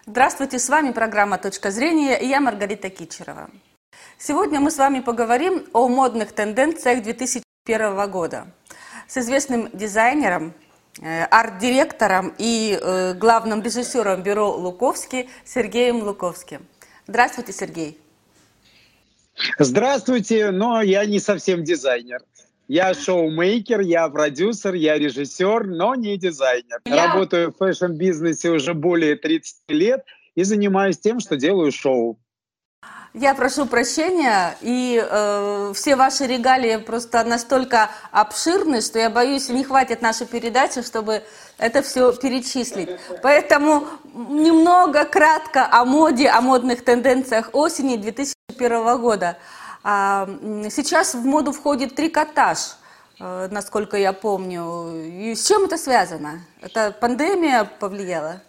Здравствуйте, с вами программа «Точка зрения» и я Маргарита Кичерова. Сегодня мы с вами поговорим о модных тенденциях 2001 года с известным дизайнером, арт-директором и главным режиссером бюро «Луковский» Сергеем Луковским. Здравствуйте, Сергей. Здравствуйте, но я не совсем дизайнер. Я шоумейкер, я продюсер, я режиссер, но не дизайнер. Работаю в фэшн-бизнесе уже более 30 лет и занимаюсь тем, что делаю шоу. Я прошу прощения, и все ваши регалии просто настолько обширны, что я боюсь, не хватит нашей передачи, чтобы это все перечислить. Поэтому немного кратко о моде, о модных тенденциях осени 2001 года. Сейчас в моду входит трикотаж, насколько я помню. И с чем это связано? Это пандемия повлияла?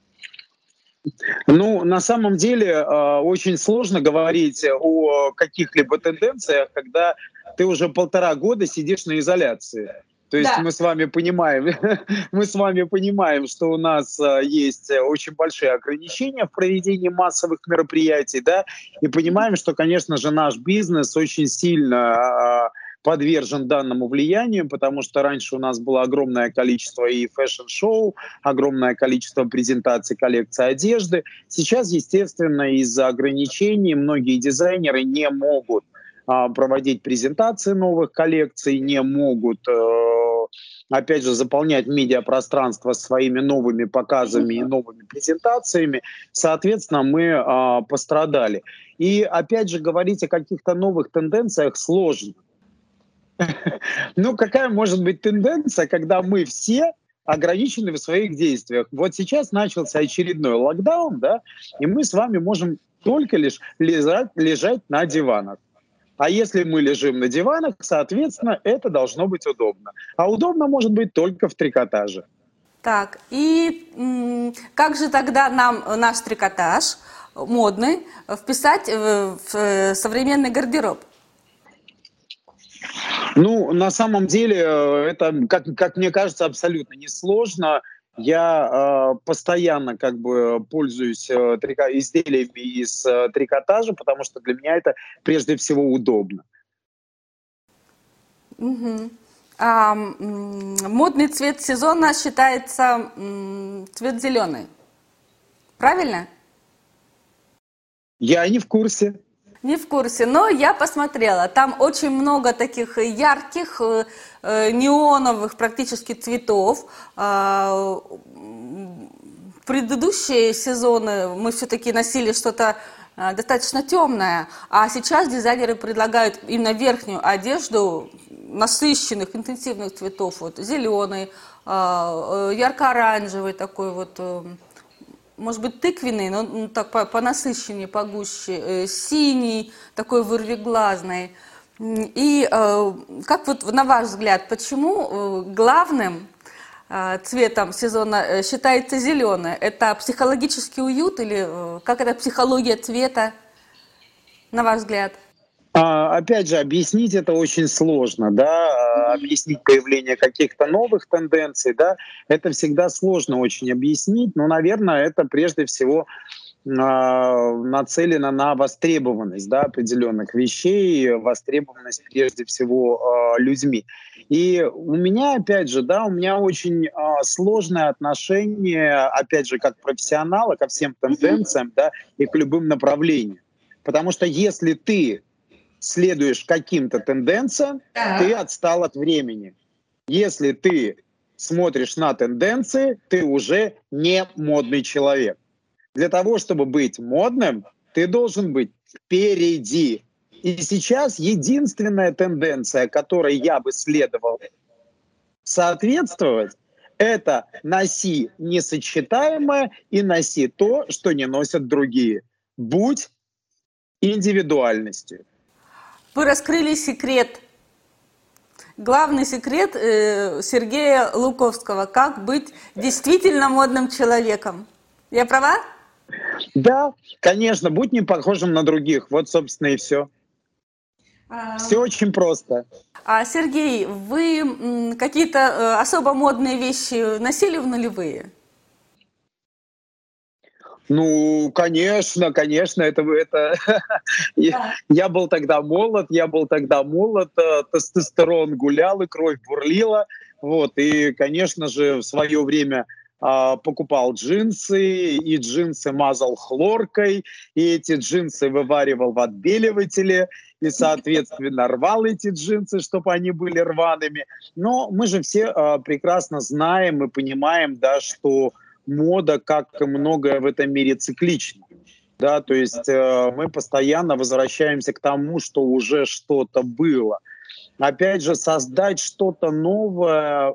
Ну, на самом деле, очень сложно говорить о каких-либо тенденциях, когда ты уже 1,5 года сидишь на изоляции. То есть Да. мы с вами понимаем, что у нас есть очень большие ограничения в проведении массовых мероприятий, да, и понимаем, что, конечно же, наш бизнес очень сильно подвержен данному влиянию, потому что раньше у нас было огромное количество и фэшн-шоу, огромное количество презентаций коллекций одежды. Сейчас, естественно, из-за ограничений многие дизайнеры не могут проводить презентации новых коллекций, не могут, опять же, заполнять медиапространство своими новыми показами и новыми презентациями. Соответственно, мы пострадали. И, опять же, говорить о каких-то новых тенденциях сложно. Ну, какая может быть тенденция, когда мы все ограничены в своих действиях? Вот сейчас начался очередной локдаун, да, и мы с вами можем только лишь лежать на диванах. А если мы лежим на диванах, соответственно, это должно быть удобно. А удобно может быть только в трикотаже. Так, и как же тогда нам наш трикотаж модный вписать в современный гардероб? Ну, на самом деле, это, как мне кажется, абсолютно несложно. Я постоянно как бы пользуюсь изделиями из трикотажа, потому что для меня это прежде всего удобно. Угу. Модный цвет сезона считается цвет зеленый. Правильно? Я не в курсе. Не в курсе, но я посмотрела. Там очень много таких ярких, неоновых практически цветов. В предыдущие сезоны мы все-таки носили что-то достаточно темное, а сейчас дизайнеры предлагают именно верхнюю одежду насыщенных, интенсивных цветов. Вот зеленый, ярко-оранжевый такой вот, может быть, тыквенный, но так по насыщеннее, погуще, синий, такой вырвиглазный. И как вот на ваш взгляд, почему главным цветом сезона считается зеленый? Это психологический уют или как это психология цвета, на ваш взгляд? Опять же, объяснить это очень сложно, да, объяснить появление каких-то новых тенденций, да, это всегда сложно очень объяснить, но, наверное, это прежде всего нацелено на востребованность, да, определенных вещей, востребованность прежде всего людьми. И у меня, опять же, да, у меня очень сложное отношение, опять же, как профессионала ко всем тенденциям, да, и к любым направлениям. Потому что если ты следуешь каким-то тенденциям, ты отстал от времени. Если ты смотришь на тенденции, ты уже не модный человек. Для того, чтобы быть модным, ты должен быть впереди. И сейчас единственная тенденция, которой я бы следовал соответствовать, это носи несочетаемое и носи то, что не носят другие. Будь индивидуальностью. Вы раскрыли секрет, главный секрет Сергея Луковского, как быть действительно модным человеком. Я права? Да, конечно, будь не похожим на других. Вот, собственно, и все. Все очень просто. Сергей, вы какие-то особо модные вещи носили в нулевые? Ну, конечно, конечно, я был тогда молод, тестостерон гулял, и кровь бурлила, вот, и, конечно же, в свое время покупал джинсы, и джинсы мазал хлоркой, и эти джинсы вываривал в отбеливателе, и, соответственно, рвал эти джинсы, чтобы они были рваными. Но мы же все прекрасно знаем и понимаем, да, что мода, как и многое в этом мире, циклична. Да, то есть мы постоянно возвращаемся к тому, что уже что-то было. Опять же, создать что-то новое,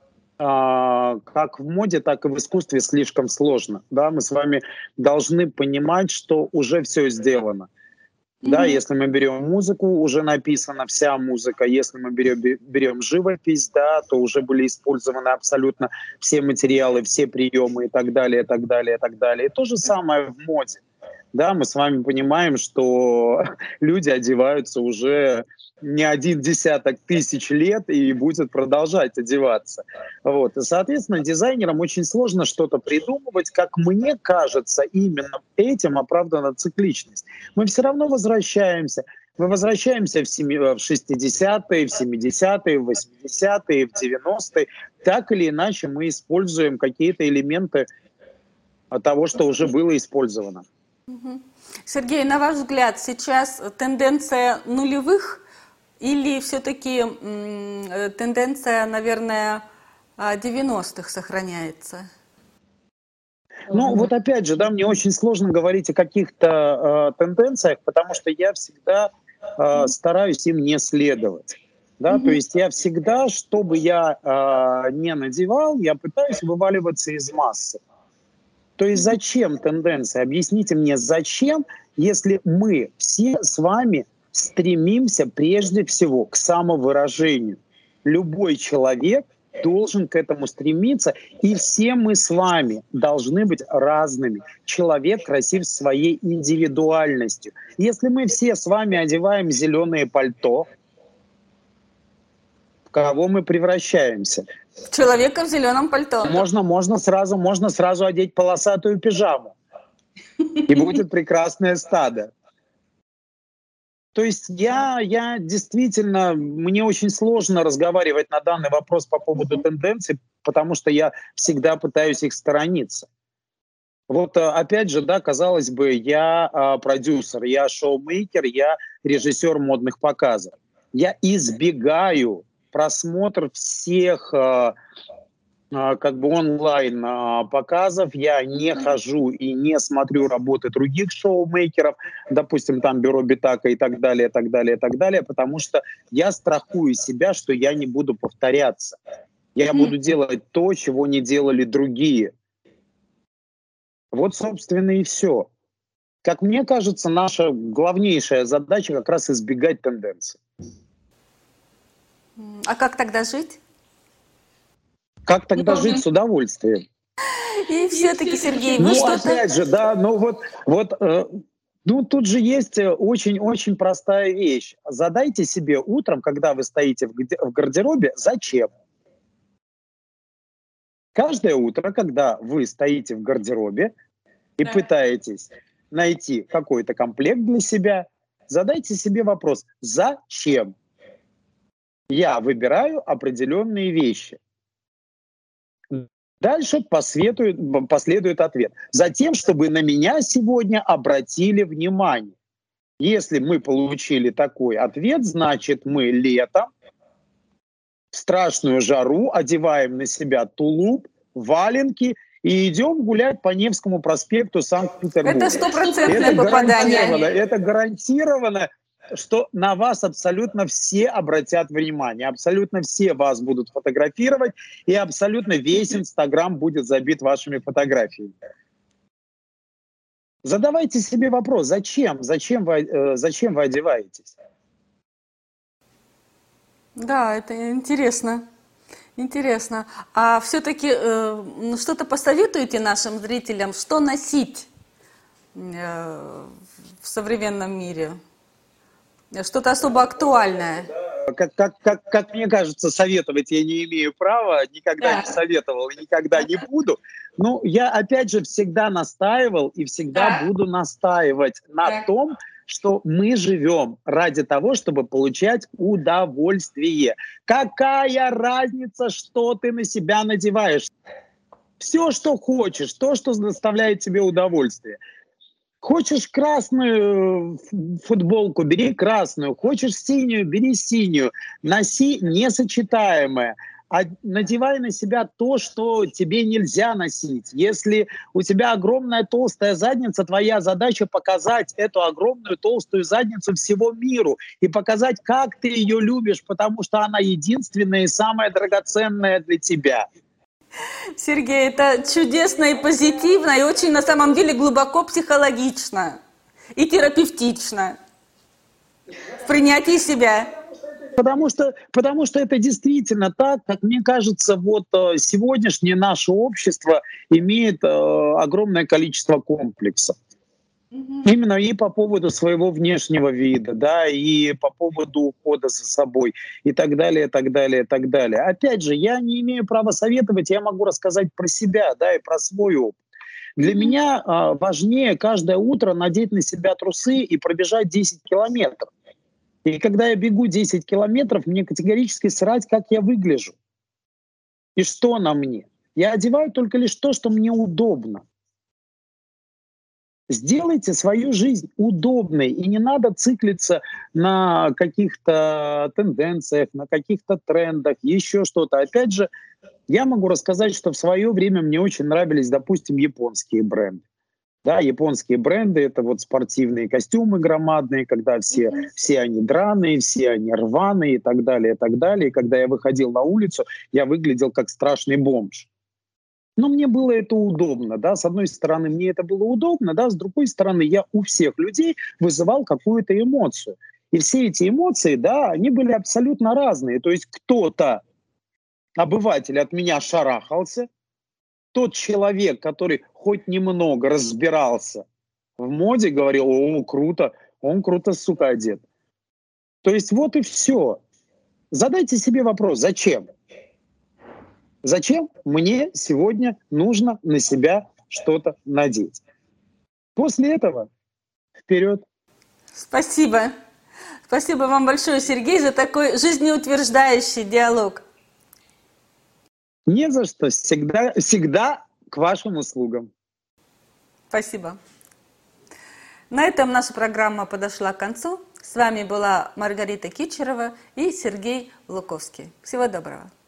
как в моде, так и в искусстве, слишком сложно. Да, мы с вами должны понимать, что уже все сделано. Да, если мы берем музыку, уже написана вся музыка. Если мы берем живопись, да, то уже были использованы абсолютно все материалы, все приемы и так далее, и так далее, и так далее. И то же самое в моде. Да, мы с вами понимаем, что люди одеваются уже не 10 000 лет и будут продолжать одеваться. Вот. И, соответственно, дизайнерам очень сложно что-то придумывать. Как мне кажется, именно этим оправдана цикличность. Мы все равно возвращаемся. Мы возвращаемся в 60-е, в 70-е, в 80-е, в 90-е. Так или иначе мы используем какие-то элементы того, что уже было использовано. Сергей, на ваш взгляд, сейчас тенденция нулевых или все-таки тенденция, наверное, 90-х сохраняется? Ну, вот опять же, да, мне очень сложно говорить о каких-то тенденциях, потому что я всегда стараюсь им не следовать. Да, то есть я всегда, что бы я не надевал, я пытаюсь вываливаться из массы. То есть зачем тенденция? Объясните мне, зачем, если мы все с вами стремимся прежде всего к самовыражению? Любой человек должен к этому стремиться, и все мы с вами должны быть разными. Человек красив своей индивидуальностью. Если мы все с вами одеваем зеленое пальто, в кого мы превращаемся? Человека в зеленом пальто. Можно сразу одеть полосатую пижаму, и будет прекрасное стадо. То есть я действительно, мне очень сложно разговаривать на данный вопрос по поводу тенденций, потому что я всегда пытаюсь их сторониться. Вот опять же, да, казалось бы, я продюсер, я шоумейкер, я режиссер модных показов. Я избегаю просмотр всех как бы онлайн показов, я не хожу и не смотрю работы других шоумейкеров, допустим, там Бюро Битака и так далее, так далее, так далее, потому что я страхую себя, что я не буду повторяться. Я буду делать то, чего не делали другие. Вот, собственно, и все. Как мне кажется, наша главнейшая задача как раз избегать тенденций. А как тогда жить? Как тогда жить с удовольствием? И все-таки, Сергей, вы ну, что-то... опять же, да, ну тут же есть очень-очень простая вещь. Задайте себе утром, когда вы стоите в гардеробе, зачем? Каждое утро, когда вы стоите в гардеробе и пытаетесь найти какой-то комплект для себя, задайте себе вопрос, зачем я выбираю определенные вещи? Дальше последует ответ. Затем, чтобы на меня сегодня обратили внимание. Если мы получили такой ответ, значит, мы летом в страшную жару одеваем на себя тулуп, валенки и идем гулять по Невскому проспекту Санкт-Петербурга. Это стопроцентное попадание. Это гарантированно, что на вас абсолютно все обратят внимание, абсолютно все вас будут фотографировать, и абсолютно весь Инстаграм будет забит вашими фотографиями. Задавайте себе вопрос, зачем вы одеваетесь? Да, это интересно. Интересно. А все-таки что-то посоветуете нашим зрителям, что носить в современном мире? Что-то особо актуальное. Как мне кажется, советовать я не имею права, никогда не советовал и никогда не буду. Ну, я опять же всегда настаивал и всегда буду настаивать на том, что мы живем ради того, чтобы получать удовольствие. Какая разница, что ты на себя надеваешь? Все, что хочешь, то, что доставляет тебе удовольствие. Хочешь красную футболку, бери красную. Хочешь синюю, бери синюю. Носи несочетаемое. А надевай на себя то, что тебе нельзя носить. Если у тебя огромная толстая задница, твоя задача показать эту огромную толстую задницу всего миру и показать, как ты ее любишь, потому что она единственная и самая драгоценная для тебя. Сергей, это чудесно и позитивно, и очень на самом деле глубоко психологично и терапевтично в принятии себя. Потому что это действительно так, как мне кажется, вот сегодняшнее наше общество имеет огромное количество комплексов. Именно и по поводу своего внешнего вида, да, и по поводу ухода за собой, и так далее, и так далее, и так далее. Опять же, я не имею права советовать, я могу рассказать про себя, да, и про свой опыт. Для меня важнее каждое утро надеть на себя трусы и пробежать 10 километров. И когда я бегу 10 километров, мне категорически срать, как я выгляжу и что на мне. Я одеваю только лишь то, что мне удобно. Сделайте свою жизнь удобной, и не надо циклиться на каких-то тенденциях, на каких-то трендах, еще что-то. Опять же, я могу рассказать, что в свое время мне очень нравились, допустим, японские бренды. Да, японские бренды — это вот спортивные костюмы громадные, когда все они драные, все они рваные и так далее, и так далее. И когда я выходил на улицу, я выглядел как страшный бомж. Но мне было это удобно, да, с одной стороны, мне это было удобно, да, с другой стороны, я у всех людей вызывал какую-то эмоцию. И все эти эмоции, да, они были абсолютно разные. То есть кто-то, обыватель, от меня шарахался, тот человек, который хоть немного разбирался в моде, говорил: о, круто, он круто, сука, одет. То есть вот и все. Задайте себе вопрос, зачем? Зачем мне сегодня нужно на себя что-то надеть? После этого вперед. Спасибо. Спасибо вам большое, Сергей, за такой жизнеутверждающий диалог. Не за что. Всегда к вашим услугам. Спасибо. На этом наша программа подошла к концу. С вами была Маргарита Кичерова и Сергей Луковский. Всего доброго.